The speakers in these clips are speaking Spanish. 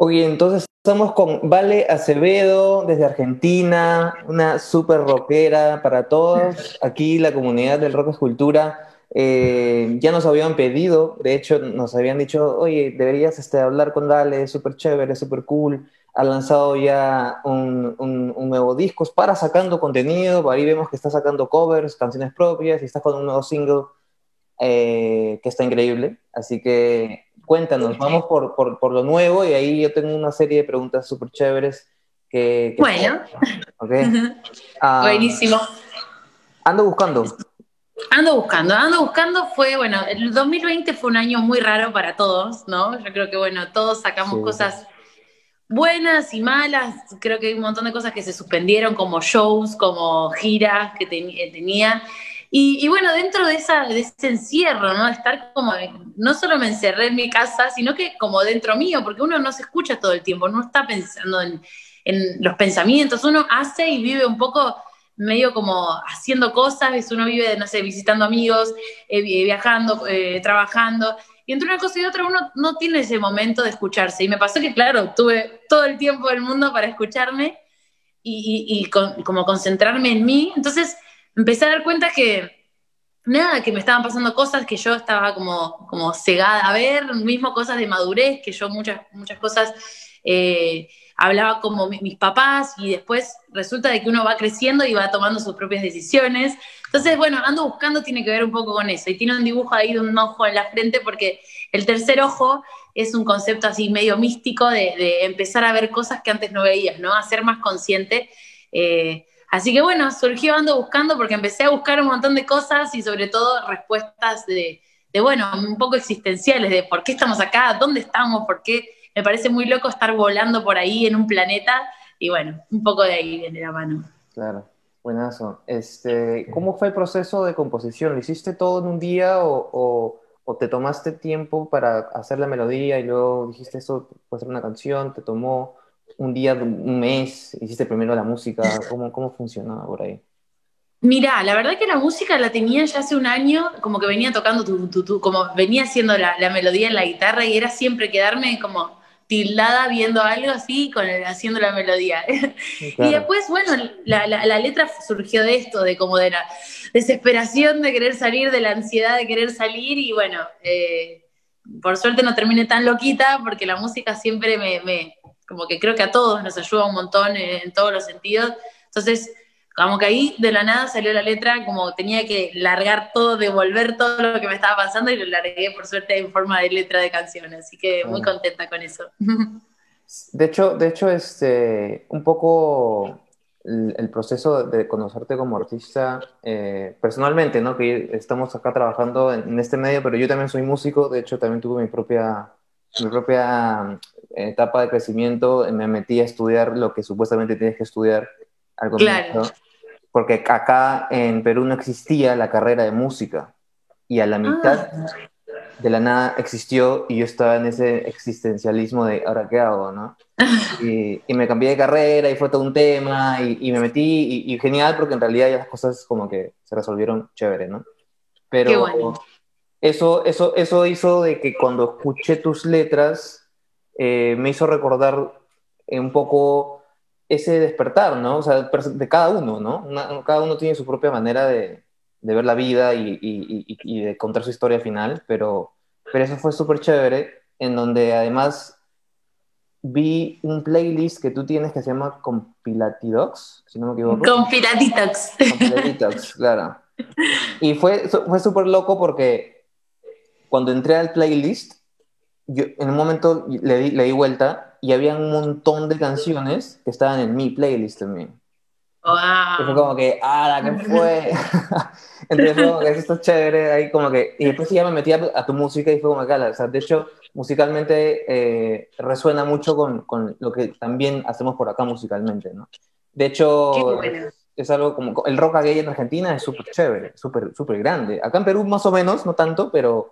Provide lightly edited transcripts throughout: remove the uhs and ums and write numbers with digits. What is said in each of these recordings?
Oye, entonces estamos con Vale Acevedo desde Argentina, una súper rockera para todos. Aquí la comunidad del rock es cultura. Ya nos habían pedido, de hecho nos habían dicho, oye, deberías hablar con Vale, es súper chévere, es súper cool. Ha lanzado ya un nuevo disco, para sacando contenido, ahí vemos que está sacando covers, canciones propias y está con un nuevo single que está increíble. Así que cuéntanos, vamos por lo nuevo y ahí yo tengo una serie de preguntas súper chéveres que hacer, Bueno, ¿ok? Ah, buenísimo. ando buscando. Ando buscando, bueno, el 2020 fue un año muy raro para todos, ¿no? Yo creo que, bueno, todos Sí, sacamos cosas buenas y malas, creo que hay un montón de cosas que se suspendieron, como shows, como giras que tenía. Y bueno, dentro de ese encierro, ¿no? Estar como, no solo me encerré en mi casa, sino que como dentro mío, porque uno no se escucha todo el tiempo, no está pensando en los pensamientos, uno hace y vive un poco medio como haciendo cosas, uno vive, no sé, visitando amigos, viajando, trabajando, y entre una cosa y otra uno no tiene ese momento de escucharse. Y me pasó que, claro, tuve todo el tiempo del mundo para escucharme como concentrarme en mí. Entonces empecé a dar cuenta que, nada, que me estaban pasando cosas que yo estaba como cegada a ver, mismo cosas de madurez, que yo muchas cosas hablaba como mis papás y después resulta de que uno va creciendo y va tomando sus propias decisiones. Entonces, bueno, ando buscando tiene que ver un poco con eso y tiene un dibujo ahí de un ojo en la frente porque el tercer ojo es un concepto así medio místico de empezar a ver cosas que antes no veías, ¿no? A ser más consciente. Así que bueno, surgió Ando Buscando porque empecé a buscar un montón de cosas y sobre todo respuestas bueno, un poco existenciales, de por qué estamos acá, dónde estamos, por qué me parece muy loco estar volando por ahí en un planeta y bueno, un poco de ahí viene la mano. Claro, buenazo. ¿Cómo fue el proceso de composición? ¿Lo hiciste todo en un día o te tomaste tiempo para hacer la melodía y luego dijiste esto puede ser una canción? ¿Te tomó un día, un mes? ¿Hiciste primero la música? ¿Cómo funcionaba por ahí? Mirá, la verdad que la música la tenía ya hace un año, como que venía tocando como venía haciendo la melodía en la guitarra y era siempre quedarme como tildada viendo algo así haciendo la melodía. Y Claro. después, bueno, la letra surgió de esto, de como de la desesperación de querer salir, de la ansiedad de querer salir y bueno, por suerte no terminé tan loquita porque la música siempre como que creo que a todos nos ayuda un montón en todos los sentidos. Entonces, como que ahí de la nada salió la letra, como tenía que largar todo, devolver todo lo que me estaba pasando y lo largué por suerte en forma de letra de canción, así que muy Claro. contenta con eso. De hecho, un poco el proceso de conocerte como artista, personalmente, ¿no? Que estamos acá trabajando en este medio, pero yo también soy músico, de hecho también tuve mi propia etapa de crecimiento, me metí a estudiar lo que supuestamente tienes que estudiar al Claro. comienzo, porque acá en Perú no existía la carrera de música, y a la mitad Ah, de la nada existió y yo estaba en ese existencialismo de, ¿ahora qué hago, no? Y me cambié de carrera y fue todo un tema y me metí y genial porque en realidad ya las cosas como que se resolvieron chévere, ¿no? qué Pero bueno. eso hizo de que cuando escuché tus letras me hizo recordar un poco ese despertar, ¿no? O sea, de cada uno, ¿no? Cada uno tiene su propia manera de ver la vida y de contar su historia final, pero eso fue súper chévere, en donde además vi un playlist que tú tienes que se llama Compilatidox, si no me equivoco. Con Piratitox. Compilatidox, claro. Y fue súper loco porque cuando entré al playlist, yo en un momento le di vuelta y había un montón de canciones que estaban en mi playlist también. Y fue como Wow. que, ¡ah, qué fue! Entonces fue como que eso está chévere, ahí como que, y después sí ya me metí a tu música y fue como que, o sea, de hecho, musicalmente resuena mucho con lo que también hacemos por acá musicalmente, ¿no? De Qué hecho, bueno. es algo como, el rock gay en Argentina es súper chévere, súper, súper grande. Acá en Perú más o menos, no tanto,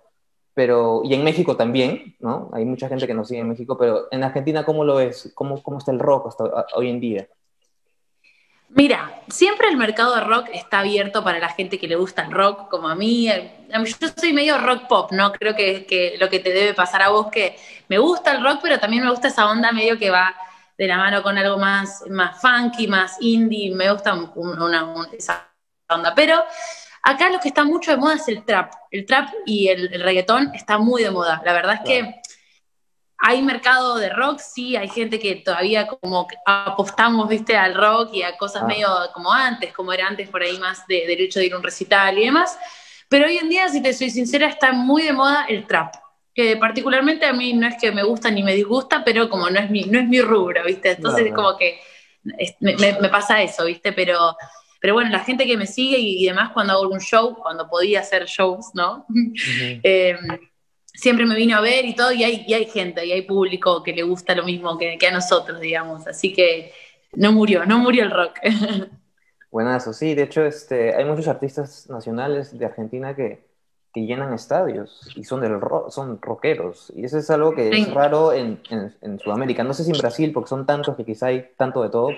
y en México también, ¿no? Hay mucha gente que nos sigue en México, pero en Argentina, ¿cómo lo ves? ¿Cómo está el rock hasta hoy en día? Mira, siempre el mercado de rock está abierto para la gente que le gusta el rock, como a mí. Yo soy medio rock pop, ¿no? Creo que lo que te debe pasar a vos, que me gusta el rock, pero también me gusta esa onda medio que va de la mano con algo más funky, más indie. Me gusta esa onda. Pero acá lo que está mucho de moda es el trap. El trap y el reggaetón está muy de moda. La verdad es Claro. que hay mercado de rock, sí, hay gente que todavía como que apostamos, viste, al rock y a cosas Ah, medio como antes, como era antes por ahí más del hecho de ir a un recital y demás. Pero hoy en día, si te soy sincera, está muy de moda el trap, que particularmente a mí no es que me gusta ni me disgusta, pero como no es mi rubro, viste, claro, entonces claro. como que me pasa eso, viste, pero bueno, la gente que me sigue y demás cuando hago algún show, cuando podía hacer shows, ¿no? Ujú. eh, siempre me vino a ver y todo, y hay gente, y hay público que le gusta lo mismo que a nosotros, digamos. Así que no murió el rock. Buenazo, sí, de hecho, hay muchos artistas nacionales de Argentina que llenan estadios y son son rockeros. Y eso es algo que es Sí, raro en Sudamérica. No sé si en Brasil, porque son tantos que quizá hay tanto de todo,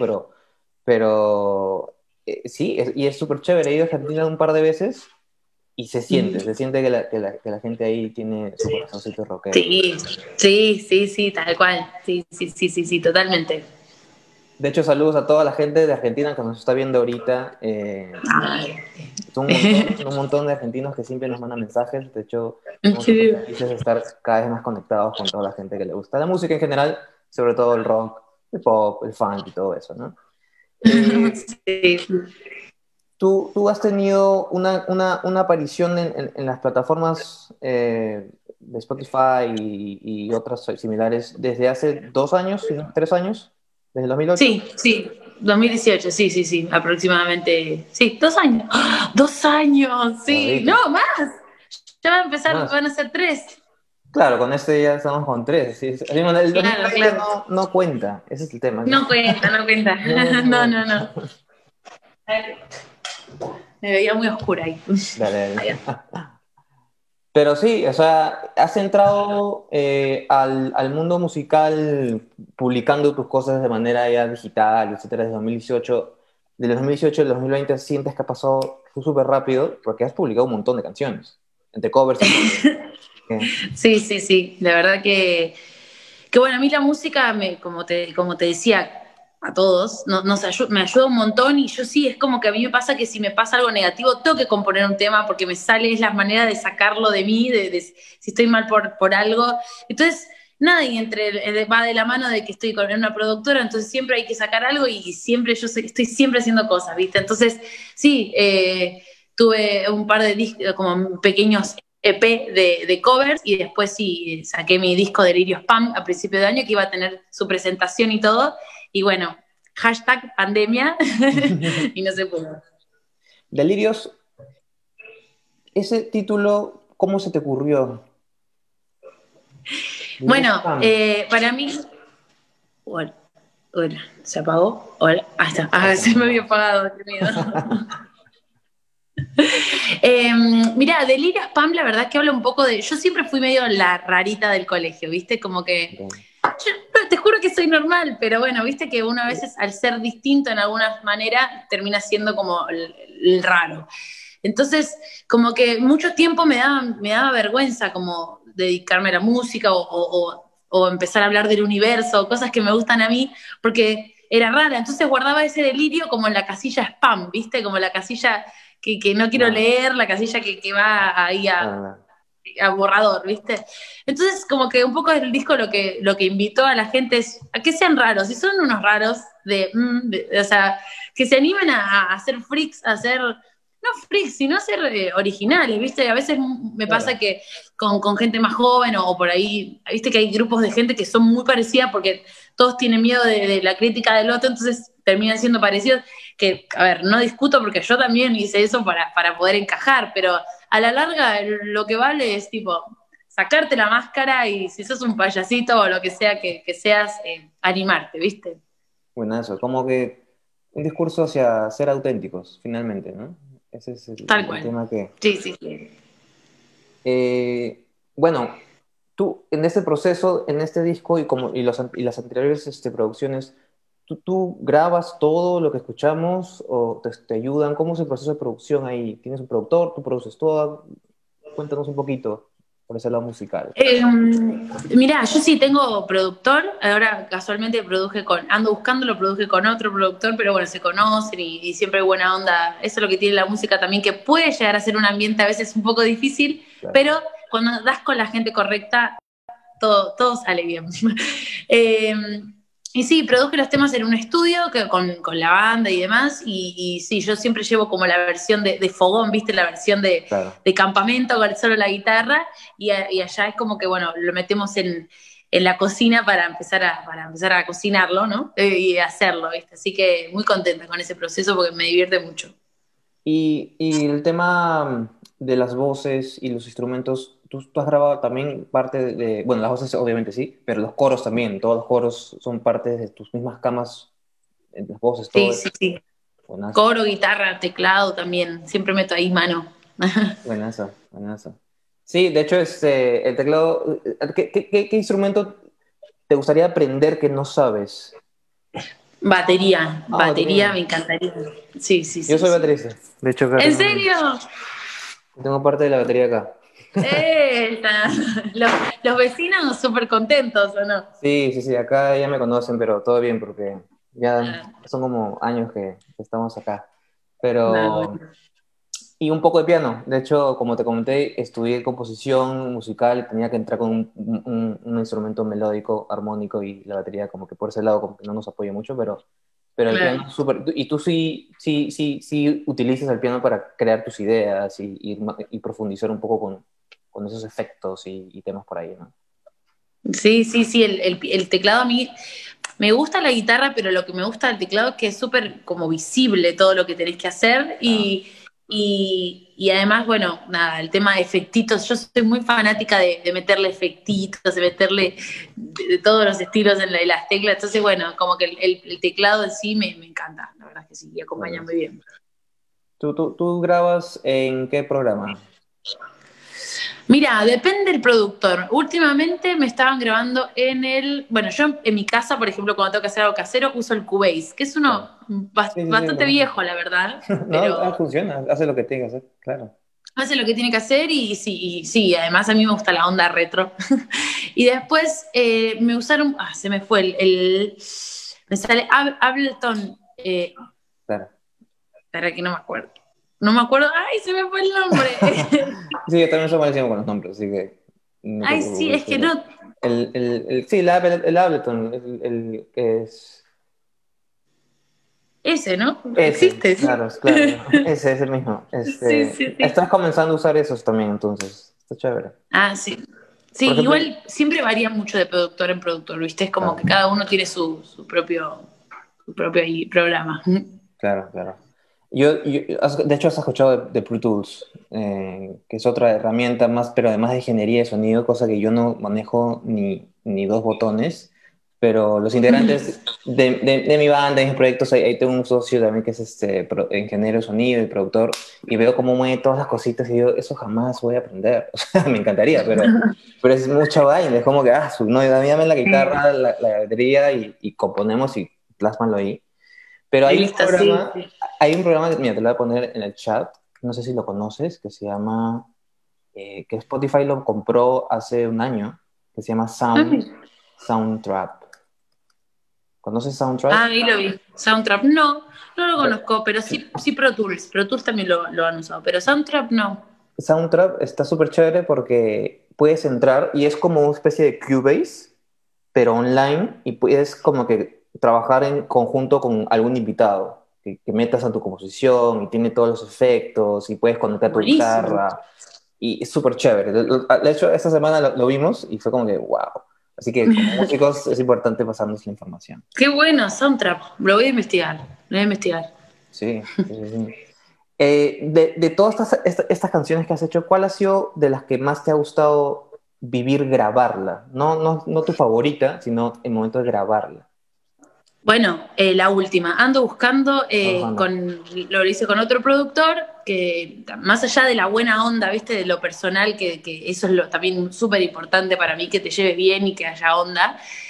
pero sí, y es súper chévere. He ido a Argentina un par de veces y se siente que la gente ahí tiene su corazoncito rockero. sí, sí, sí, sí, tal cual. Sí, sí, sí, sí, sí, totalmente. De hecho, saludos a toda la gente de Argentina que nos está viendo ahorita. Ay. Son un montón de argentinos que siempre nos mandan mensajes. De hecho, ¿En estamos súper serio? felices de estar cada vez más conectados con toda la gente que le gusta la música en general, sobre todo el rock, el pop, el funk y todo eso, ¿no? Eh, Sí. ¿Tú has tenido una aparición en las plataformas de Spotify y otras similares desde hace 2 años, si no, 3 años? ¿Desde el 2008? Sí, sí, 2018, sí, sí, sí, aproximadamente. Sí, 2 años. ¡Ah! 2 años, sí, Ahorita. no, más. Ya va a empezar, Más. van a ser 3. Claro, con este ya estamos con tres. Sí, sí. El Claro, 2020 claro. no cuenta, ese es el tema. No cuenta, no cuenta. No, No. no, no. Me veía muy oscura ahí. Dale, Allá. dale. Pero sí, o sea, has entrado al mundo musical publicando tus cosas de manera ya digital, etcétera, desde 2018. De 2018 al 2020 sientes que ha pasado súper rápido porque has publicado un montón de canciones, entre covers y todo. Sí, sí, sí. La verdad que bueno, a mí la música, como te decía a todos, me ayuda un montón y yo sí, es como que a mí me pasa que si me pasa algo negativo, tengo que componer un tema porque me sale, es la manera de sacarlo de mí, si estoy mal por algo. Entonces, nada, y va de la mano de que estoy con una productora, entonces siempre hay que sacar algo y siempre estoy siempre haciendo cosas, ¿viste? Entonces, sí, tuve un par de discos, como pequeños EP de covers y después sí saqué mi disco de Lirio Spam a principio de año que iba a tener su presentación y todo. Y bueno, hashtag pandemia y no se pudo. Delirios, ese título, ¿cómo se te ocurrió? Delirios Bueno, Spam. para mí. Hola, hola, ¿se apagó? Hola, ahí está. Ahí Ah, está, se ahí me había está. apagado, qué miedo. Eh, Mira, Delirio Spam, la verdad que habla un poco de. Yo siempre fui medio la rarita del colegio, ¿viste? Como que. Ok. Yo te juro que soy normal, pero bueno, viste que uno a veces al ser distinto en alguna manera termina siendo como el raro. Entonces, como que mucho tiempo me daba vergüenza como dedicarme a la música o empezar a hablar del universo, cosas que me gustan a mí, porque era rara. Entonces guardaba ese delirio como en la casilla spam, ¿viste? Como la casilla que no quiero Claro, leer, la casilla que va ahí claro, a borrador, ¿viste? Entonces, como que un poco el disco lo que invitó a la gente es a que sean raros, y son unos raros o sea, que se animen a hacer freaks, a hacer, no freaks, sino a ser originales, ¿viste? A veces me pasa claro. que con gente más joven o por ahí, ¿viste? Que hay grupos de gente que son muy parecidas porque todos tienen miedo de la crítica del otro, entonces terminan siendo parecidos, que, a ver, no discuto porque yo también hice eso para poder encajar, pero a la larga lo que vale es tipo sacarte la máscara y si sos un payasito o lo que sea que seas, animarte, ¿viste? Buenazo, como que un discurso hacia ser auténticos, finalmente, ¿no? Ese es Tal el cual. tema que... Sí, sí, sí. bueno, tú en este proceso, en este disco y las anteriores producciones, ¿Tú grabas todo lo que escuchamos o te ayudan? ¿Cómo es el proceso de producción ahí? ¿Tienes un productor? ¿Tú produces todo? Cuéntanos un poquito por ese lado musical. Mirá, yo sí tengo productor, ahora casualmente ando buscando, lo produje con otro productor, pero bueno, se conocen y siempre hay buena onda. Eso es lo que tiene la música también, que puede llegar a ser un ambiente a veces un poco difícil, Claro. pero cuando das con la gente correcta, todo sale bien. Eh, y sí, produje los temas en un estudio con la banda y demás, y sí, yo siempre llevo como la versión de fogón, ¿viste? La versión Claro. de campamento con solo la guitarra, y allá es como que, bueno, lo metemos en la cocina para empezar a cocinarlo, ¿no? Y hacerlo, ¿viste? Así que muy contenta con ese proceso porque me divierte mucho. Y el tema de las voces y los instrumentos, ¿tú has grabado también parte bueno, las voces obviamente sí, pero los coros también, todos los coros son parte de tus mismas camas, las voces, todo Sí, es sí, sí. buenazo, Coro, guitarra, teclado también, siempre meto ahí mano. buenazo, buenazo. Sí, de hecho, el teclado, ¿qué instrumento te gustaría aprender que no sabes? Ah, Batería batería. me encantaría. Sí, sí, Yo sí, soy sí. baterista. De hecho, acá ¿En tengo, serio? tengo parte de la batería acá. Está. Los, los vecinos súper contentos, ¿o no? Sí, sí, sí, acá ya me conocen, pero todo bien porque ya Ah, son como años que estamos acá. no, Pero, bueno. y un poco de piano. De hecho, como te comenté, estudié composición musical, tenía que entrar con un instrumento melódico, armónico y la batería como que por ese lado como que no nos apoya mucho, pero el piano Claro. es súper... Y tú sí utilizas el piano para crear tus ideas y profundizar un poco con esos efectos y temas por ahí, ¿no? Sí, sí, sí, el teclado a mí me gusta la guitarra, pero lo que me gusta del teclado es que es súper como visible todo lo que tenés que hacer Claro. y además, bueno, nada, el tema de efectitos, yo soy muy fanática de meterle efectitos, de meterle de todos los estilos en las teclas, entonces, bueno, como que el teclado en sí me encanta, la verdad es que sí, y acompaña Bueno, muy bien. ¿tú grabas en qué programa? Mira, depende del productor. Últimamente me estaban grabando bueno, yo en mi casa, por ejemplo, cuando tengo que hacer algo casero, uso el Cubase, que es uno Claro. Sí, sí, sí, lo bastante conozco. viejo, la verdad, No, pero funciona, hace lo que tiene que hacer, claro. hace lo que tiene que hacer y sí, además a mí me gusta la onda retro. Y después me usaron, se me fue me sale Ableton, Claro. para que no me acuerdo. No me acuerdo, ay, se me fue el nombre. Sí, yo también soy malísimo con los nombres, así que no te Ay, sí, preocupes, es que pero no, sí, el Ableton, el que es ese, ¿no? ese, Existe, sí. claro, claro, ese es el mismo. Sí, sí, sí. Estás comenzando a usar esos también, entonces, está chévere. Ah, sí. Por Sí, ejemplo, igual siempre varía mucho de productor en productor, ¿viste? Es como que claro, cada uno tiene su propio ahí programa. claro, claro. De hecho, has escuchado de Pro Tools, que es otra herramienta más, pero además de ingeniería de sonido, cosa que yo no manejo ni dos botones, pero los integrantes de mi banda, de mis proyectos, ahí tengo un socio también que es ingeniero de sonido y productor, y veo cómo mueve todas las cositas y digo, eso jamás voy a aprender. O sea, me encantaría, pero es mucha vaina, es como que, no, dame la guitarra, la batería y componemos y plásmalo ahí. Pero Y listo, sí, sí. hay un programa que, mira, te lo voy a poner en el chat, no sé si lo conoces, que se llama, que Spotify lo compró hace un año, que se llama Soundtrap. ¿Conoces Ah, Soundtrap? ahí lo vi. Soundtrap, no, no lo Bueno, conozco, pero sí, sí Pro Tools. Pro Tools también lo han usado, pero Soundtrap no. Soundtrap está súper chévere porque puedes entrar y es como una especie de Cubase, pero online, y puedes como que trabajar en conjunto con algún invitado, que metas a tu composición y tiene todos los efectos y puedes conectar tu Buenísimo. guitarra. Y es súper chévere. De hecho, esta semana lo vimos y fue como que, wow. Así que como músicos es importante pasarnos la información. Qué bueno, Soundtrap. Lo voy a investigar. Lo voy a investigar. Sí, sí, sí, sí. De todas estas canciones que has hecho, ¿cuál ha sido de las que más te ha gustado vivir grabarla? No tu favorita, sino el momento de grabarla. Bueno, la última. Ando buscando, Trabajando. lo hice con otro productor, que más allá de la buena onda, ¿viste? De lo personal, que eso es también súper importante para mí, que te lleves bien y que haya onda.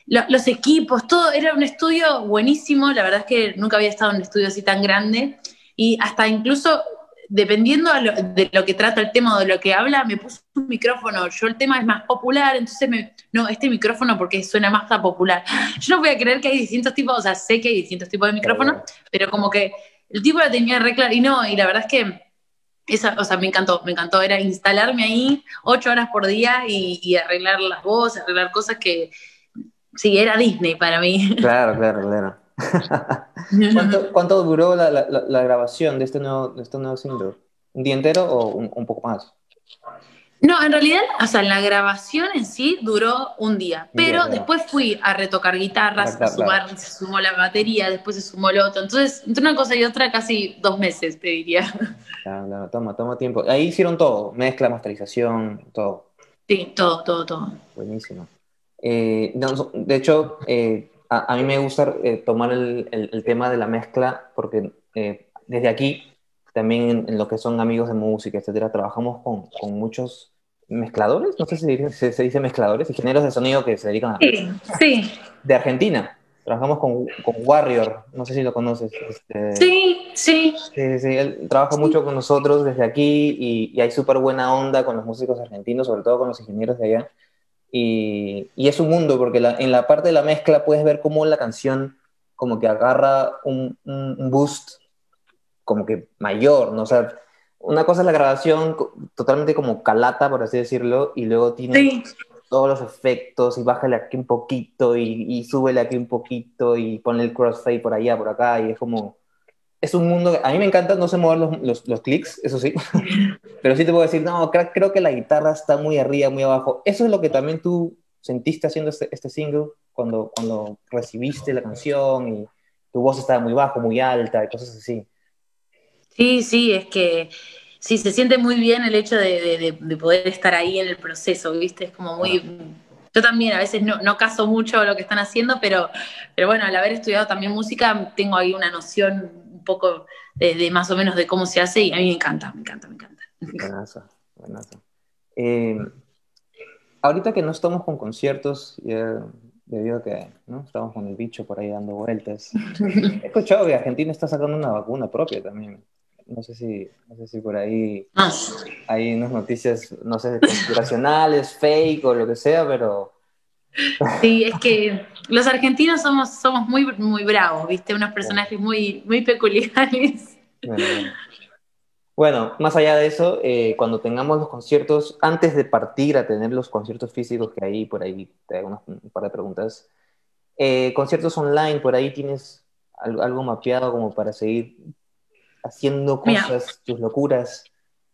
los equipos, todo, era un estudio buenísimo, la verdad es que nunca había estado en un estudio así tan grande, y hasta incluso, dependiendo de lo que trata el tema o de lo que habla, me puso un micrófono, yo el tema es más popular, entonces no, este micrófono porque suena más a popular. Yo no voy a creer que hay distintos tipos, o sea, sé que hay distintos tipos de micrófonos, pero como que el tipo la tenía re clara, y no, y la verdad es que o sea, me encantó, era instalarme ahí 8 horas por día y arreglar las voces, arreglar cosas que, sí, era Disney para mí. Claro, claro, claro. ¿Cuánto duró la grabación de este nuevo single? ¿Un día entero o un poco más? No, en realidad, o sea, la grabación en sí duró un día, Un día, pero claro. después fui a retocar guitarras, a Claro. sumar, se sumó la batería, después se sumó lo otro. Entonces, entre una cosa y otra, casi 2 meses, te diría. Claro, claro, toma tiempo. Ahí hicieron todo, mezcla, masterización, todo. Sí, todo. Buenísimo. No, de hecho, a mí me gusta tomar el tema de la mezcla porque desde aquí, también en lo que son amigos de música, etcétera, trabajamos con muchos mezcladores, no sé si se dice mezcladores, ingenieros de sonido que se dedican a Sí, sí, de Argentina. Trabajamos con Warrior, no sé si lo conoces. sí. Sí, sí, él trabaja mucho con nosotros desde aquí y hay súper buena onda con los músicos argentinos, sobre todo con los ingenieros de allá. Y es un mundo, porque en la parte de la mezcla puedes ver cómo la canción como que agarra un boost como que mayor, ¿no? O sea, una cosa es la grabación totalmente como calata, por así decirlo, y luego tiene Sí, todos los efectos y bájale aquí un poquito y súbele aquí un poquito y ponle el crossfade por allá, por acá, y es como... Es un mundo que a mí me encanta, no sé mover los clics, eso sí, pero sí te puedo decir, no, creo que la guitarra está muy arriba, muy abajo. Eso es lo que también tú sentiste haciendo este single, cuando recibiste la canción y tu voz estaba muy bajo, muy alta y cosas así. sí, es que sí, se siente muy bien el hecho de poder estar ahí en el proceso, ¿viste? Es como Claro. muy... Yo también a veces no caso mucho lo que están haciendo, pero bueno, al haber estudiado también música, tengo ahí una noción un poco de más o menos de cómo se hace y a mí me encanta. Buenazo, buenazo. Eh, Ahorita que no estamos con conciertos, debido a que ¿no? estamos con el bicho por ahí dando vueltas, he escuchado que Argentina está sacando una vacuna propia también. No sé si por ahí Ah, hay unas noticias, no sé, conspiracionales, fake o lo que sea, pero sí, es que los argentinos somos muy bravos, ¿viste? Unos bueno, personajes muy peculiares. bueno. Bueno, más allá de eso, cuando tengamos los conciertos, antes de partir a tener los conciertos físicos, que ahí por ahí te hago un par de preguntas, conciertos online, por ahí tienes algo mapeado como para seguir haciendo Mira, cosas, tus locuras.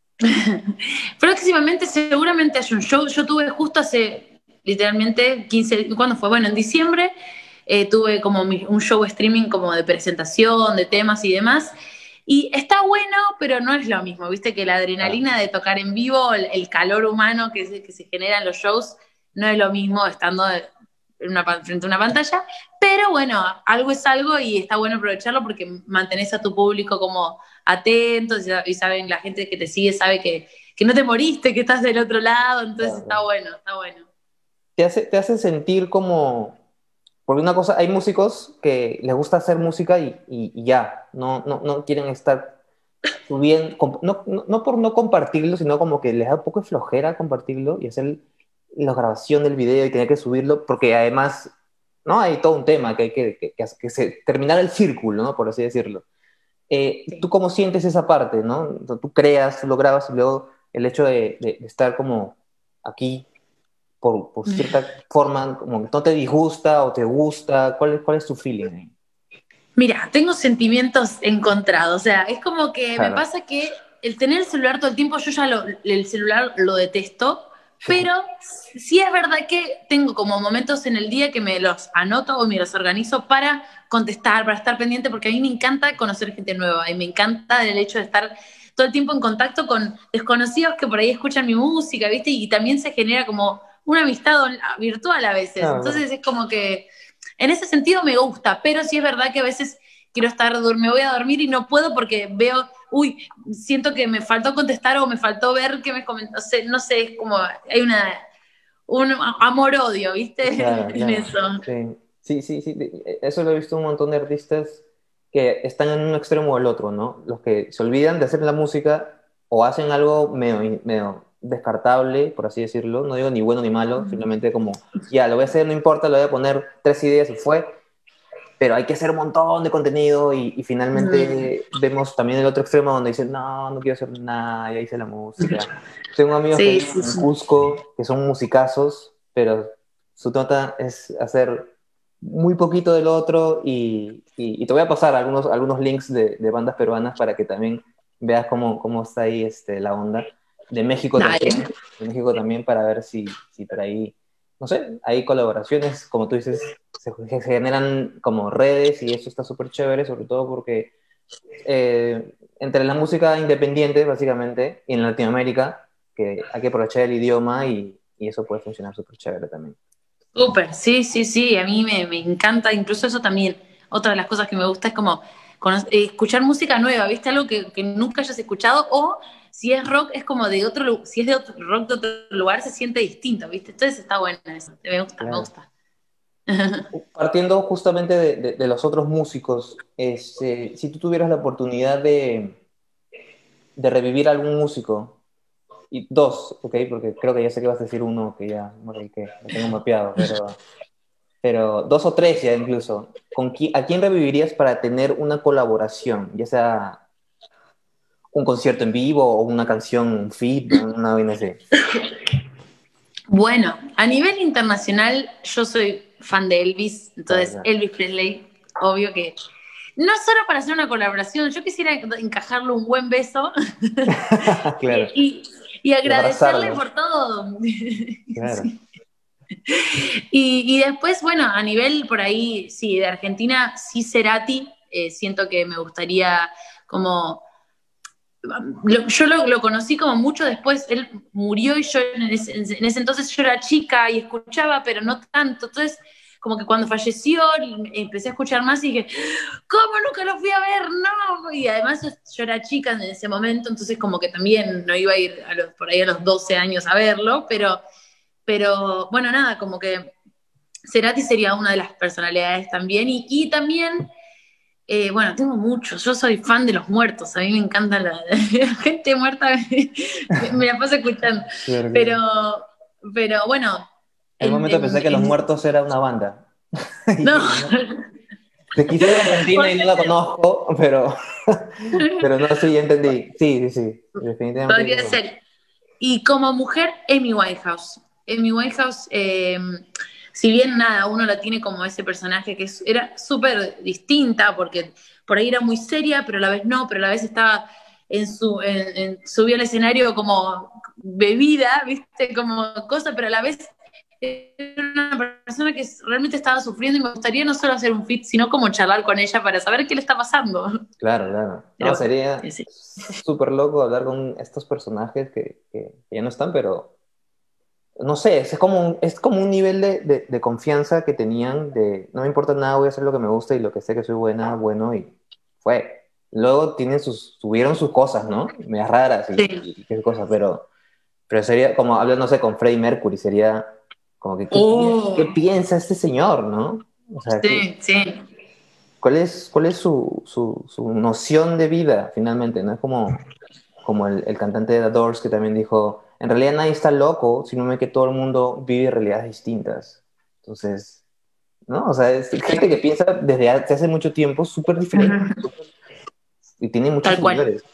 próximamente seguramente hay un show. Yo tuve justo hace literalmente 15, ¿cuándo fue? Bueno, en diciembre tuve como un show streaming como de presentación, de temas y demás. Y está bueno, pero no es lo mismo, viste que la Ah, adrenalina de tocar en vivo, el calor humano que se genera en los shows, no es lo mismo estando frente a una pantalla. Pero bueno, algo es algo y está bueno aprovecharlo porque mantenés a tu público como atentos y saben, la gente que te sigue sabe que no te moriste, que estás del otro lado, entonces claro, claro. está bueno. Te hace sentir como, porque una cosa, hay músicos que les gusta hacer música y ya, no quieren estar subiendo, no por no compartirlo, sino como que les da un poco de flojera compartirlo y hacer la grabación del video y tener que subirlo, porque además, ¿no? Hay todo un tema que hay terminar el círculo, ¿no? Por así decirlo. ¿Tú Sí. cómo sientes esa parte, ¿no? Tú creas, tú lo grabas y luego el hecho de estar como aquí por cierta forma, como que no te disgusta o te gusta, cuál es tu feeling ahí? Mira, tengo sentimientos encontrados, o sea, es como que me Claro. pasa que el tener el celular todo el tiempo, yo ya el celular lo detesto, pero sí es verdad que tengo como momentos en el día que me los anoto o me los organizo para contestar, para estar pendiente, porque a mí me encanta conocer gente nueva y me encanta el hecho de estar todo el tiempo en contacto con desconocidos que por ahí escuchan mi música, ¿viste? Y también se genera como una amistad virtual a veces. Claro, claro. Entonces es como que en ese sentido me gusta, pero sí es verdad que a veces quiero me voy a dormir y no puedo porque veo, uy, siento que me faltó contestar o me faltó ver que me comentó, no sé, es como, hay un amor-odio, ¿viste? Claro, En claro. eso. Sí. Sí, sí, sí. Eso lo he visto un montón de artistas que están en un extremo o el otro, ¿no? Los que se olvidan de hacer la música o hacen algo medio descartable, por así decirlo. No digo ni bueno ni malo, simplemente como, ya, lo voy a hacer, no importa, le voy a poner 3 ideas y fue, pero hay que hacer un montón de contenido y Mm. finalmente vemos también el otro extremo donde dicen, no, no quiero hacer nada, ya hice la música. Tengo amigos que Sí, viven sí, en sí. Cusco, que son musicazos, pero su nota es hacer muy poquito del otro y te voy a pasar algunos links de bandas peruanas para que también veas cómo está ahí la onda. Dale. De México también para ver si por ahí, no sé, hay colaboraciones, como tú dices, se generan como redes y eso está súper chévere, sobre todo porque entre la música independiente, básicamente, y en Latinoamérica, que hay que aprovechar el idioma y eso puede funcionar súper chévere también. Súper, sí, sí, sí, a mí me encanta, incluso eso también, otra de las cosas que me gusta es como escuchar música nueva, ¿viste? Algo que nunca hayas escuchado, o si es rock, es como de si es de otro rock de otro lugar, se siente distinto, ¿viste? Entonces está bueno eso, me gusta, me Claro. gusta. Partiendo justamente de los otros músicos, si tú tuvieras la oportunidad de revivir a algún músico, y dos, ¿ok? Porque creo que ya sé que vas a decir uno que ya que lo tengo mapeado, pero dos o tres ya incluso. ¿A quién revivirías para tener una colaboración? Ya sea un concierto en vivo o una canción, un feat, una vaina así. Bueno, a nivel internacional, yo soy fan de Elvis, Claro, entonces claro. Elvis Presley, obvio que no solo para hacer una colaboración, yo quisiera encajarle un buen beso Claro. y, y Y agradecerle abrazarlo. por todo. Claro. Sí. Y después, bueno, a nivel por ahí, sí, de Argentina, sí Cerati, siento que me gustaría como yo lo conocí como mucho después, él murió y yo en ese entonces yo era chica y escuchaba, pero no tanto. Entonces, como que cuando falleció empecé a escuchar más y dije, ¿cómo nunca lo fui a ver? No. Y además yo era chica en ese momento, entonces como que también no iba a ir por ahí a los 12 años a verlo, pero bueno, nada, como que Cerati sería una de las personalidades también y también bueno, tengo muchos. Yo soy fan de los muertos. A mí me encanta la gente muerta. Me la paso escuchando. Claro, Pero, claro. pero bueno, En un momento pensé que Los Muertos era una banda. Y no. dije, no, te quise de Argentina y no la conozco, pero no, sí, ya entendí. Sí, sí, sí, definitivamente. Podría ser. Y como mujer, Amy Winehouse. Amy Winehouse, si bien nada, uno la tiene como ese personaje que era súper distinta, porque por ahí era muy seria, pero a la vez no, pero a la vez estaba subió al escenario como bebida, viste, como cosa, pero a la vez era una persona que realmente estaba sufriendo y me gustaría no solo hacer un fit, sino como charlar con ella para saber qué le está pasando. Claro, claro. Pero No, bueno, sería sí. súper loco hablar con estos personajes que ya no están, pero no sé, es como un nivel de confianza que tenían de no me importa nada, voy a hacer lo que me gusta y lo que sé que soy buena, bueno, y fue. Luego tuvieron sus cosas, ¿no? Medias raras Sí. y qué cosas, pero sería como hablar, no sé, con Freddie Mercury, sería como que, ¿qué Oh, piensa este señor, no? O sea, sí, sí. ¿cuál es su noción de vida finalmente? ¿No? Es como el cantante de The Doors que también dijo, en realidad nadie está loco, sino que todo el mundo vive realidades distintas. Entonces, ¿no? O sea, es gente que piensa desde hace mucho tiempo súper diferente Ajá. y tiene muchos Tal cual, seguidores.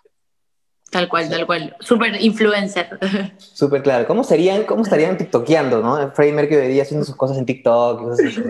tal O cual, sea, tal cual. Super influencer. súper claro. ¿Cómo estarían tiktokeando, no? Freddie Mercury vería haciendo sus cosas en TikTok y cosas así.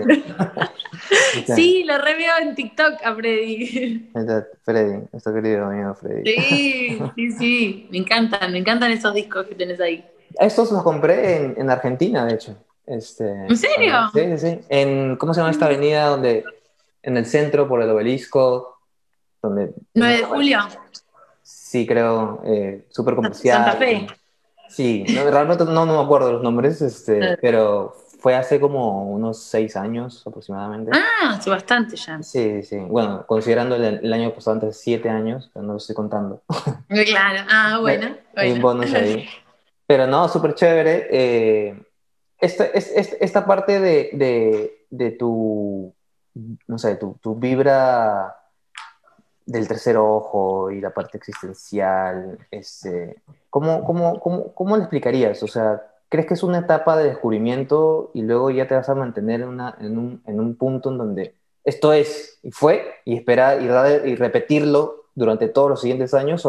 O sea, Sí, lo reveo en TikTok a Freddy. Freddy, nuestro querido amigo Freddy. Sí, sí, sí. Me encantan esos discos que tenés ahí. Estos los compré en Argentina, de hecho. ¿En serio? Sí, sí, sí. ¿Cómo se llama esta avenida en el centro, por el obelisco, donde es 9 de julio, sí, creo, súper Santa comercial. Fe. Sí, no, realmente no me acuerdo los nombres, pero fue hace como unos 6 años aproximadamente. Ah, hace bastante ya. Sí, sí. Bueno, considerando el año pasado, antes 7 años, pero no lo estoy contando. Claro. Ah, bueno, Hay un bueno. bonus ahí. Pero no, súper chévere. esta parte de tu, no sé, tu vibra del tercer ojo y la parte existencial, ¿cómo le explicarías? O sea, ¿crees que es una etapa de descubrimiento y luego ya te vas a mantener en un punto en donde esto es y fue y esperar y repetirlo durante todos los siguientes años?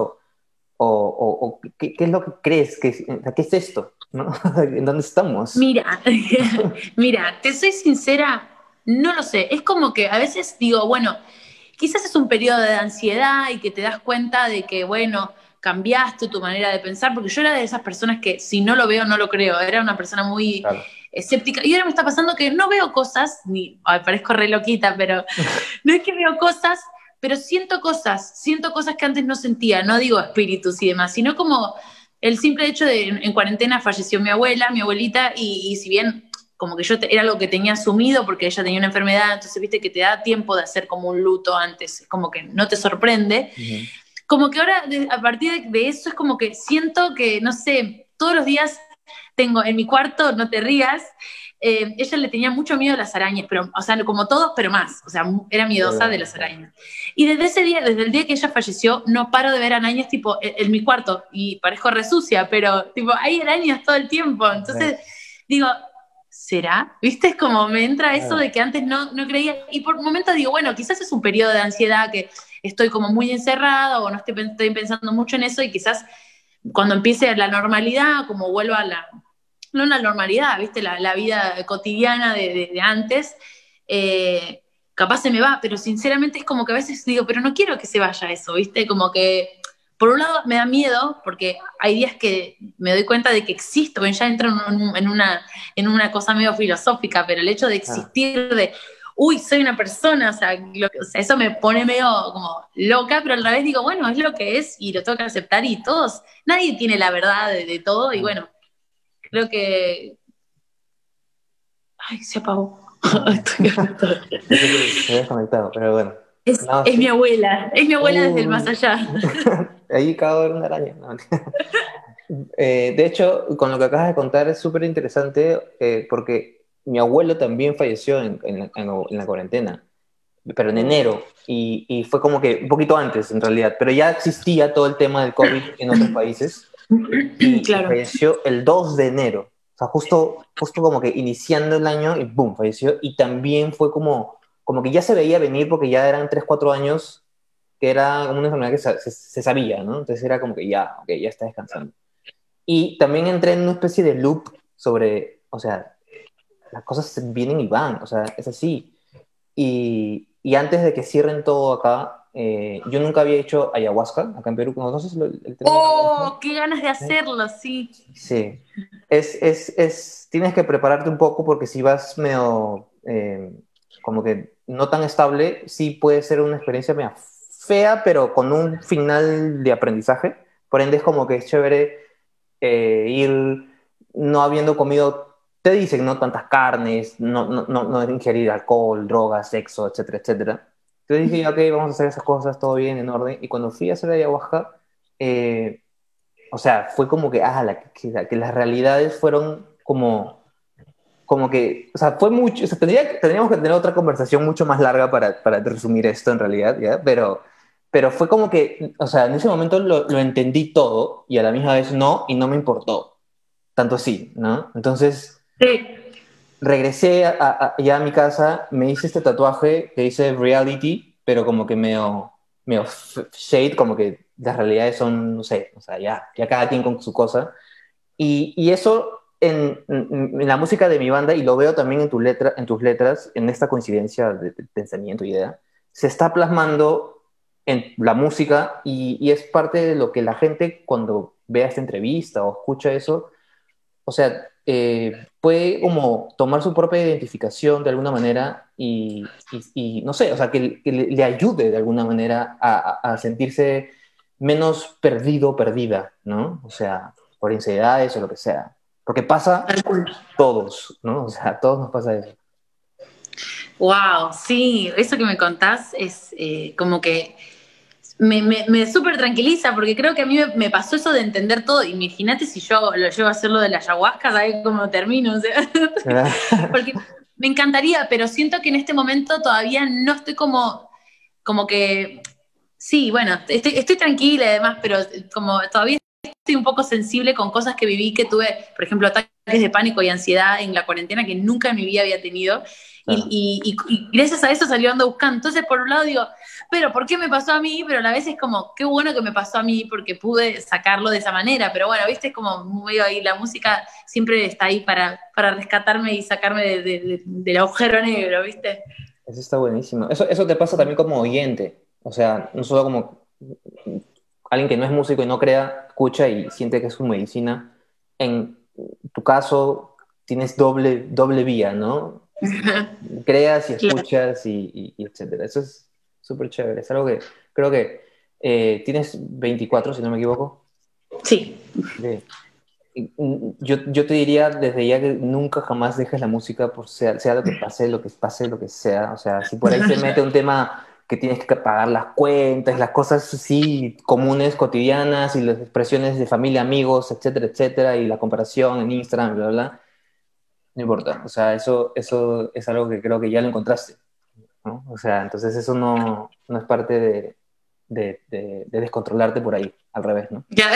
¿O qué es lo que crees? ¿Qué es esto? ¿No? ¿En dónde estamos? Mira, mira, te soy sincera, no lo sé. Es como que a veces digo, bueno, quizás es un periodo de ansiedad y que te das cuenta de que, bueno, cambiaste tu manera de pensar, porque yo era de esas personas que si no lo veo, no lo creo. Era una persona muy Claro. escéptica. Y ahora me está pasando que no veo cosas, ay, parezco re loquita, pero no es que veo cosas, pero siento cosas que antes no sentía. No digo espíritus y demás, sino como el simple hecho de en cuarentena falleció mi abuela, mi abuelita, y si bien como que era algo que tenía asumido porque ella tenía una enfermedad, entonces viste que te da tiempo de hacer como un luto antes, como que no te sorprende. Ujú. Como que ahora, a partir de eso, es como que siento que, no sé, todos los días tengo en mi cuarto, no te rías, ella le tenía mucho miedo a las arañas, pero, o sea, como todos, pero más, o sea, era miedosa de las arañas. Y desde ese día, desde el día que ella falleció, no paro de ver arañas, tipo, en mi cuarto, y parezco re sucia, pero, tipo, hay arañas todo el tiempo, entonces, digo, ¿será? ¿Viste? Es como me entra eso Claro. de que antes no creía, y por momentos digo, bueno, quizás es un periodo de ansiedad que estoy como muy encerrada o no estoy pensando mucho en eso y quizás cuando empiece la normalidad, como vuelva a no la normalidad, ¿viste? La vida cotidiana de antes, capaz se me va, pero sinceramente es como que a veces digo, pero no quiero que se vaya eso, ¿viste? Como que, por un lado me da miedo, porque hay días que me doy cuenta de que existo, ya entro en una cosa medio filosófica, pero el hecho de Claro. existir, uy, soy una persona, o sea, eso me pone medio como loca, pero a la vez digo, bueno, es lo que es y lo tengo que aceptar y todos, nadie tiene la verdad de todo y bueno, creo que... Ay, se apagó. Pensé que se había desconectado, pero bueno. No, Es mi sí. abuela, es mi abuela desde el más Uy. allá. Ahí acabo de ver una araña. No, de hecho, con lo que acabas de contar es súper interesante porque mi abuelo también falleció en la cuarentena, pero en enero, y fue como que un poquito antes en realidad, pero ya existía todo el tema del COVID en otros países y Claro. falleció el 2 de enero, o sea, justo como que iniciando el año y boom, falleció, y también fue como que ya se veía venir porque ya eran 3 4 años que era como una enfermedad que se sabía, ¿no? Entonces era como que ya, ok, ya está descansando. Y también entré en una especie de loop sobre, o sea, las cosas vienen y van, o sea, es así. Y antes de que cierren todo acá, yo nunca había hecho ayahuasca acá en Perú. ¿Conoces el término ayahuasca? Oh, qué ganas de hacerlo, sí. Sí. Tienes que prepararte un poco porque si vas medio, como que no tan estable, sí puede ser una experiencia medio fea, pero con un final de aprendizaje. Por ende, es como que es chévere ir no habiendo comido, te dicen, no tantas carnes, no ingerir alcohol, drogas, sexo, etcétera, etcétera. Entonces dije, ok, vamos a hacer esas cosas, todo bien, en orden. Y cuando fui a hacer ayahuasca, eh, o sea, fue como que, que las realidades fueron como que, o sea, fue mucho, o sea, tendríamos que tener otra conversación mucho más larga para resumir esto en realidad, ¿ya? Pero fue como que, o sea, en ese momento lo entendí todo y a la misma vez no, y no me importó, tanto así, ¿no? Entonces Sí. regresé ya a mi casa, me hice este tatuaje que dice reality, pero como que medio shade, como que las realidades son, no sé, o sea, ya cada quien con su cosa. Y eso en la música de mi banda, y lo veo también en tus letras, en esta coincidencia de pensamiento y idea, se está plasmando en la música y es parte de lo que la gente cuando vea esta entrevista o escucha eso, o sea, puede como tomar su propia identificación de alguna manera y no sé, o sea, que le ayude de alguna manera a sentirse menos perdido o perdida, ¿no? O sea, por ansiedades o lo que sea. Porque pasa todos, ¿no? O sea, a todos nos pasa eso. Wow, sí, eso que me contás es como que me súper tranquiliza, porque creo que a mí me pasó eso de entender todo. Imagínate si yo lo llevo a hacer lo de la ayahuasca, ¿sabes cómo termino? O sea, porque me encantaría, pero siento que en este momento todavía no estoy como que, sí, bueno, estoy tranquila y demás, pero como todavía estoy un poco sensible con cosas que viví, que tuve, por ejemplo, ataques de pánico y ansiedad en la cuarentena que nunca en mi vida había tenido. Claro. Y gracias a eso salió ando buscando. Entonces, por un lado digo, pero ¿por qué me pasó a mí? Pero a la vez es como, qué bueno que me pasó a mí porque pude sacarlo de esa manera. Pero bueno, viste, es como muy ahí, la música siempre está ahí para rescatarme y sacarme del agujero negro, ¿viste? Eso está buenísimo. Eso te pasa también como oyente. O sea, no solo como alguien que no es músico y no crea, escucha y siente que es su medicina. En tu caso, tienes doble vía, ¿no? Creas y Claro. escuchas y etcétera. Eso es súper chévere. Es algo que creo que tienes 24 si no me equivoco. Sí. De, yo te diría desde ya que nunca jamás dejes la música, por sea lo que pase, lo que pase, lo que sea. O sea, si por ahí se mete un tema que tienes que pagar las cuentas, las cosas sí comunes, cotidianas, y las expresiones de familia, amigos, etcétera, etcétera, y la comparación en Instagram, bla, bla, bla, no importa. O sea, eso es algo que creo que ya lo encontraste, ¿no? O sea, entonces eso no es parte de descontrolarte por ahí, al revés, ¿no? Ya.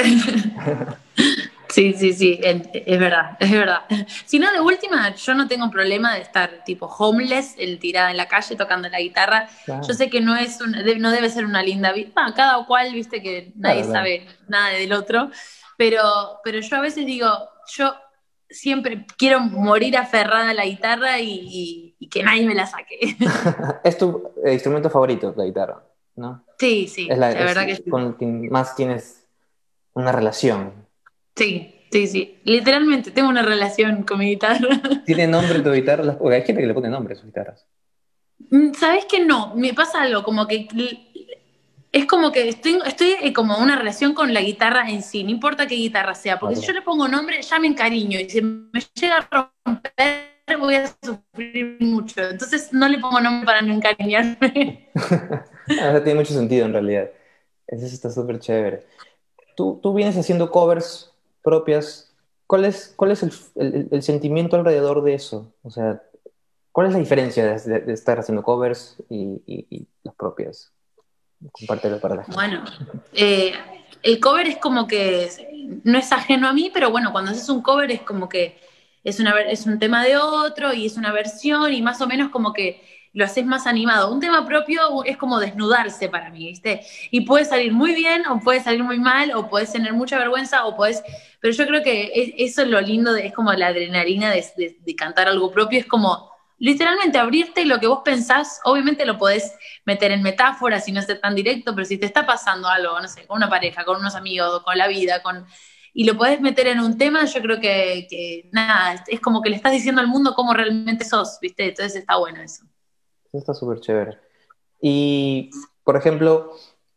Sí, sí, sí, es verdad, es verdad. Si no, de última, yo no tengo problema de estar tipo homeless, tirada en la calle tocando la guitarra. Yo Claro, sé que no debe ser una linda vida. Cada cual, viste que nadie claro, claro. sabe nada del otro, pero yo a veces digo, yo siempre quiero morir aferrada a la guitarra y que nadie me la saque. Es tu instrumento favorito, la guitarra, ¿no? Sí, Es, sí, la verdad que sí. con quien más tienes una relación. Sí, sí, sí. Literalmente tengo una relación con mi guitarra. ¿Tiene nombre tu guitarra? Porque hay gente que le pone nombre a sus guitarras. ¿Sabes qué? No, me pasa algo, como que es como que estoy como una relación con la guitarra en sí, no importa qué guitarra sea, Ah, porque si yo claro. le pongo nombre ya me encariño y si me llega a romper voy a sufrir mucho, entonces no le pongo nombre para no encariñarme. Ah, o sea, tiene mucho sentido en realidad. Eso está súper chévere. Tú vienes haciendo covers propias. Cuál es el sentimiento alrededor de eso? O sea, ¿cuál es la diferencia de estar haciendo covers y las propias? Compártelo para la gente. Bueno, eh, el cover es como que no es ajeno a mí, pero bueno, cuando haces un cover es como que es un tema de otro y es una versión y más o menos como que lo haces más animado. Un tema propio es como desnudarse para mí, ¿viste? Y puede salir muy bien o puede salir muy mal o puedes tener mucha vergüenza o puedes... Pero yo creo que eso es lo lindo, es como la adrenalina de cantar algo propio, es como literalmente abrirte y lo que vos pensás, obviamente lo podés meter en metáforas y no ser tan directo, pero si te está pasando algo, no sé, con una pareja, con unos amigos, con la vida, y lo podés meter en un tema, yo creo que nada, es como que le estás diciendo al mundo cómo realmente sos, ¿viste? Entonces está bueno eso. Eso está súper chévere. Y, por ejemplo,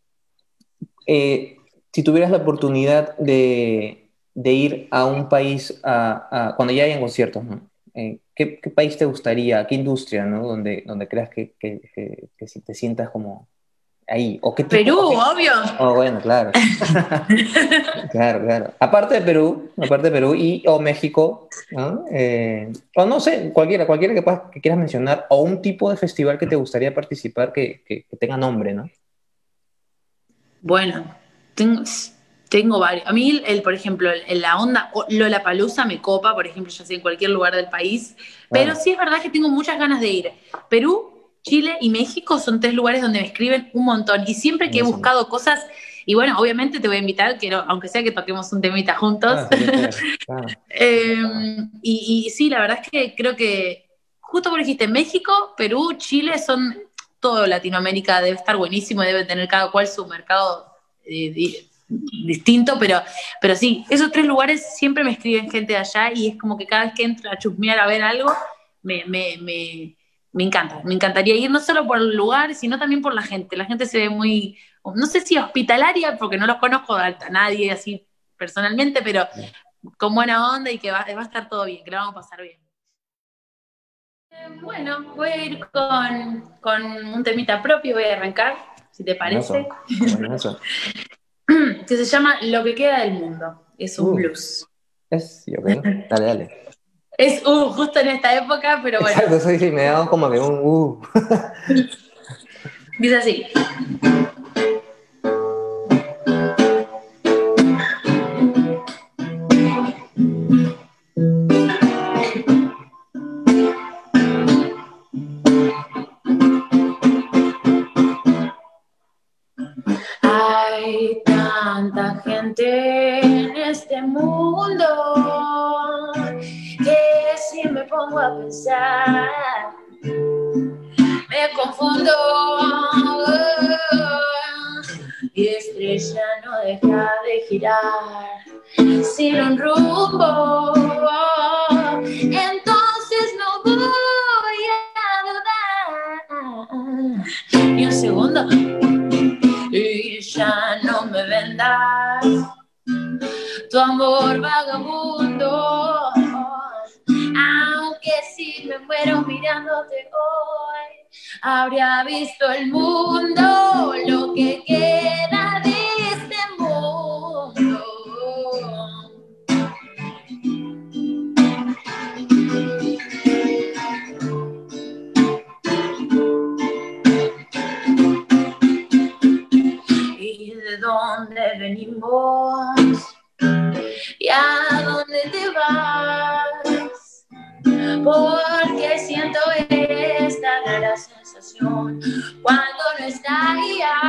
si tuvieras la oportunidad de ir a un país cuando ya hayan conciertos, ¿no? ¿Qué país te gustaría? ¿Qué industria, ¿no? Donde creas que si te sientas como ahí. ¿O qué tipo? Perú, obvio. Oh, bueno, claro. Claro, claro. Aparte de Perú o México, ¿no? O no sé, cualquiera que quieras mencionar, o un tipo de festival que te gustaría participar que tenga nombre, ¿no? Bueno, tengo varios. A mí, por ejemplo, la onda Lollapalooza me copa, por ejemplo, ya sé, en cualquier lugar del país. Pero Claro, sí es verdad que tengo muchas ganas de ir. Perú, Chile y México son tres lugares donde me escriben un montón. Y siempre que he buenísimo. buscado cosas, y bueno, obviamente te voy a invitar, quiero, aunque sea que toquemos un temita juntos. Ah, sería chévere, claro. Y sí, la verdad es que creo que, justo como dijiste, México, Perú, Chile son todo Latinoamérica, debe estar buenísimo, debe tener cada cual su mercado distinto, pero sí, esos tres lugares siempre me escriben gente de allá y es como que cada vez que entro a chusmear a ver algo, me, me, me, me encanta. Me encantaría ir no solo por el lugar, sino también por la gente. La gente se ve muy, no sé si hospitalaria, porque no los conozco a nadie así personalmente, pero con buena onda y que va a estar todo bien, que la vamos a pasar bien. Bueno, voy a ir con un temita propio, voy a arrancar. si te parece, Buenazo, buenazo. que se llama Lo que queda del mundo. Es un Uh, blues. sí, ok. Dale, dale. Es justo en esta época, pero bueno. Exacto, sí, sí, me da como que un. Dice así. Hay tanta gente en este mundo que si me pongo a pensar me confundo y estrella no deja de girar sin un rumbo, entonces no voy a dudar ni un segundo y ya no me vendas tu amor vagabundo, aunque si me muero mirándote hoy, habría visto el mundo, lo que queda de este mundo. ¿Y de dónde venimos? ¿Y a dónde te vas? Porque siento esta rara sensación cuando no estás,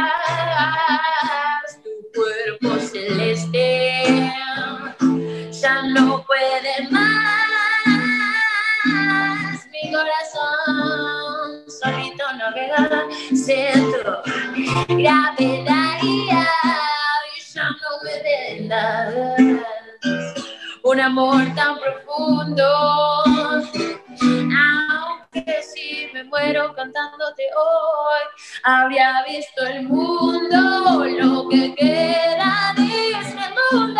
tu cuerpo celeste ya no puede más, mi corazón solito navega, siento gravedad y ya no me vendas un amor tan profundo, aunque si me muero cantándote hoy, habría visto el mundo, lo que queda de este mundo.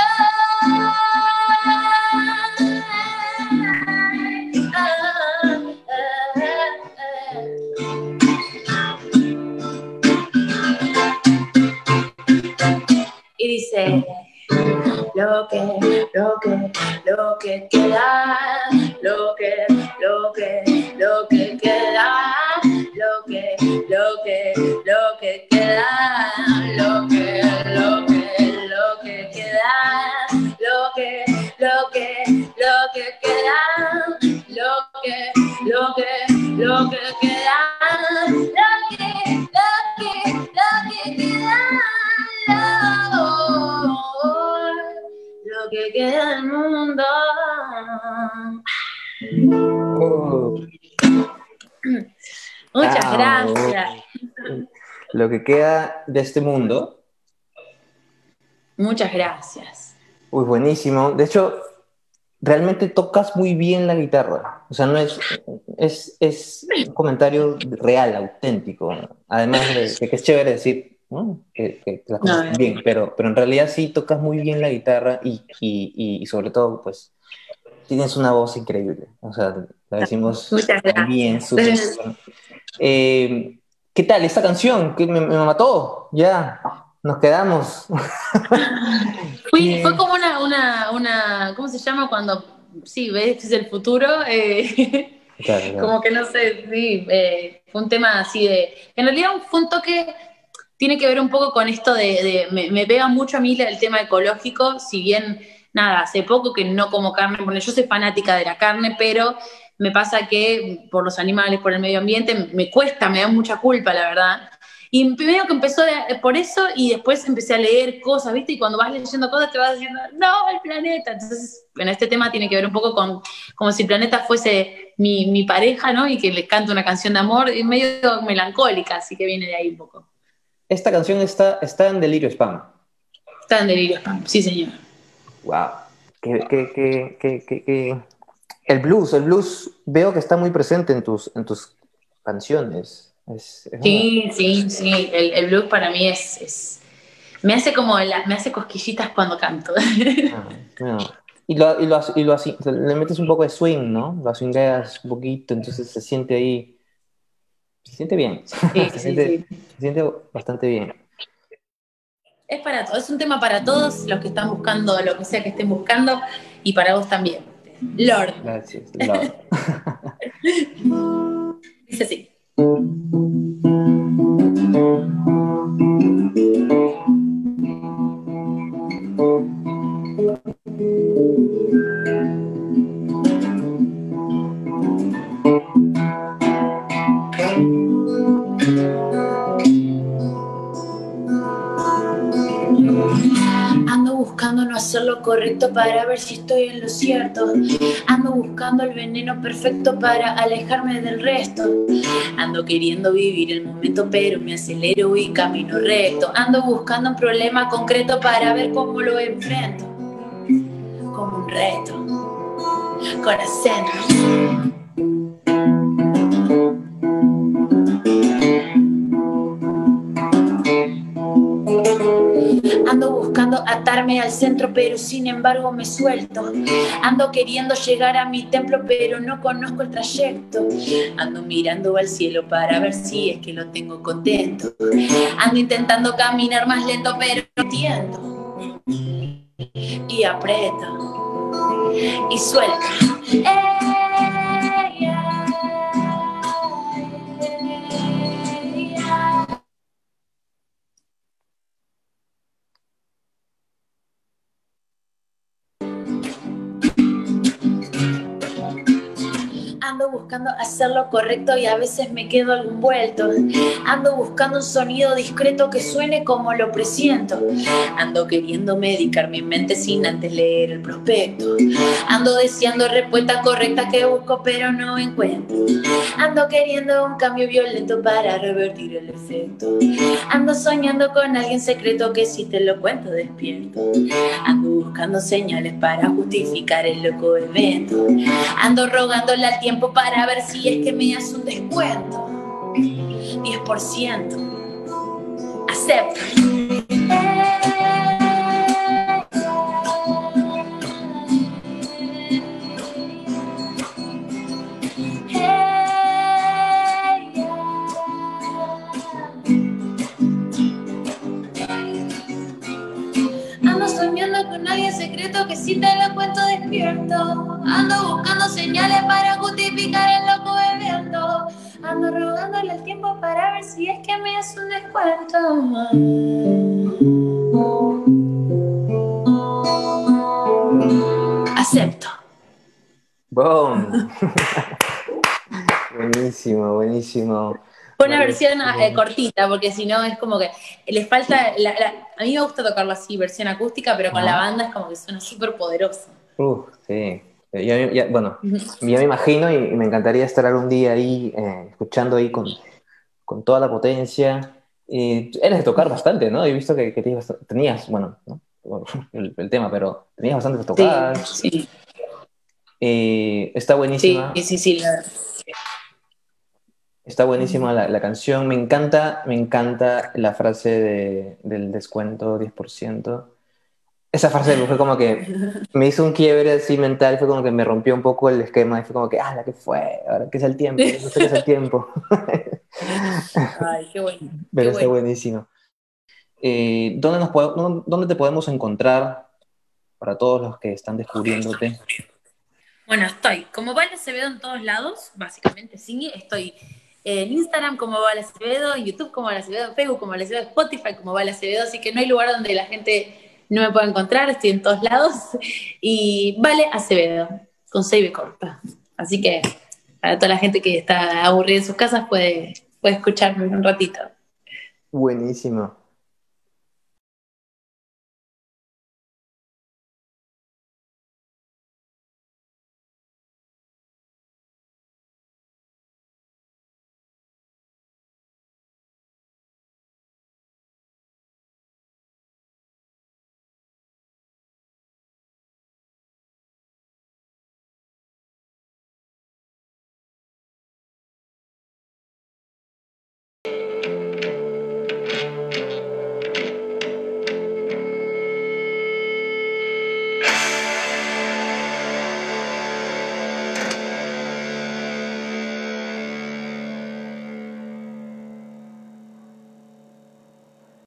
Y dice, lo que queda, lo que queda, lo que queda, lo que queda, lo que queda, lo que queda, lo que queda del mundo. Muchas gracias. Lo que queda de este mundo. Muchas gracias. Uy, buenísimo. De hecho, realmente tocas muy bien la guitarra. O sea, no es un comentario real, auténtico. Además de que es chévere decir, ¿no? que las cosas están bien, pero en realidad sí tocas muy bien la guitarra y sobre todo, pues, tienes una voz increíble. O sea, la decimos bien, súper. ¿Qué tal esta canción? Que me mató. Ya, nos quedamos. Fue como una, ¿cómo se llama? Cuando, sí, ves que es el futuro. Claro. Como que no sé, sí, fue un tema así de. En realidad fue un toque. Tiene que ver un poco con esto me pega mucho a mí el tema ecológico, si bien, nada, hace poco que no como carne, bueno, yo soy fanática de la carne, pero me pasa que por los animales, por el medio ambiente, me cuesta, me da mucha culpa, la verdad. Y primero que empezó por eso y después empecé a leer cosas, ¿viste? Y cuando vas leyendo cosas te vas diciendo, no, el planeta. Entonces, bueno, este tema tiene que ver un poco con como si el planeta fuese mi pareja, ¿no? Y que les canto una canción de amor y medio melancólica, así que viene de ahí un poco. Esta canción está en Delirio Spam. Está en Delirio Spam, sí, señor. Wow. El blues veo que está muy presente en tus canciones. Sí. El blues para mí me hace me hace cosquillitas cuando canto. No. Le metes un poco de swing, ¿no? Lo swingueas un poquito, entonces se siente ahí Se siente bien. Sí, Se sí, siente, sí. se siente bastante bien. Es para todos, es un tema para todos los que están buscando lo que sea que estén buscando y para vos también. Lord. Gracias, Lord. Dice así. Ando buscando no hacer lo correcto para ver si estoy en lo cierto. Ando buscando el veneno perfecto para alejarme del resto. Ando queriendo vivir el momento pero me acelero y camino recto. Ando buscando un problema concreto para ver cómo lo enfrento. Como un reto, con acento. Ando buscando atarme al centro, pero sin embargo me suelto. Ando queriendo llegar a mi templo, pero no conozco el trayecto. Ando mirando al cielo para ver si es que lo tengo contento. Ando intentando caminar más lento, pero no entiendo. Y aprieto. Y suelto. Ando buscando hacer lo correcto y a veces me quedo algo envuelto. Ando buscando un sonido discreto que suene como lo presiento. Ando queriendo medicar mi mente sin antes leer el prospecto. Ando deseando respuesta correcta que busco pero no encuentro. Ando queriendo un cambio violento para revertir el efecto. Ando soñando con alguien secreto que si te lo cuento despierto. Ando buscando señales para justificar el loco evento. Ando rogándole al tiempo para ver si es que me hace un descuento. 10%. Acepto. Ando soñando con alguien secreto que si te lo cuento despierto. Ando buscando señales para justificar el loco evento. Ando rogándole el tiempo para ver si es que me hace un descuento. Acepto. ¡Boom! Buenísimo, buenísimo. Fue una versión Buenísimo. cortita, porque si no es como que les falta. A mí me gusta tocarlo así, versión acústica, pero con la Ajá. banda es como que suena súper poderoso. Sí. Bueno, ya me imagino y me encantaría estar algún día ahí escuchando ahí con toda la potencia. Y eres de tocar bastante, ¿no? He visto que tenías, bueno, ¿no? El tema, pero tenías bastante que Sí, tocar. sí, Está sí, buenísima. sí, sí. Está buenísima la canción. Me encanta la frase del descuento 10%. Esa frase fue como que me hizo un quiebre así mental, fue como que me rompió un poco el esquema y fue como que, la que fue, ahora que es el tiempo, no sé qué es el tiempo. Ay, qué bueno, qué Pero está bueno. buenísimo. ¿Dónde te podemos encontrar para todos los que están descubriéndote? Bueno, estoy como Vale Acevedo en todos lados, básicamente sí. Estoy en Instagram como Vale Acevedo, en YouTube como Vale Acevedo, en Facebook como Vale Acevedo, en Spotify como Vale Acevedo, así que no hay lugar donde la gente no me pueda encontrar, estoy en todos lados. Y Vale Acevedo, con C y corta. Así que para toda la gente que está aburrida en sus casas puede escucharme un ratito. Buenísimo.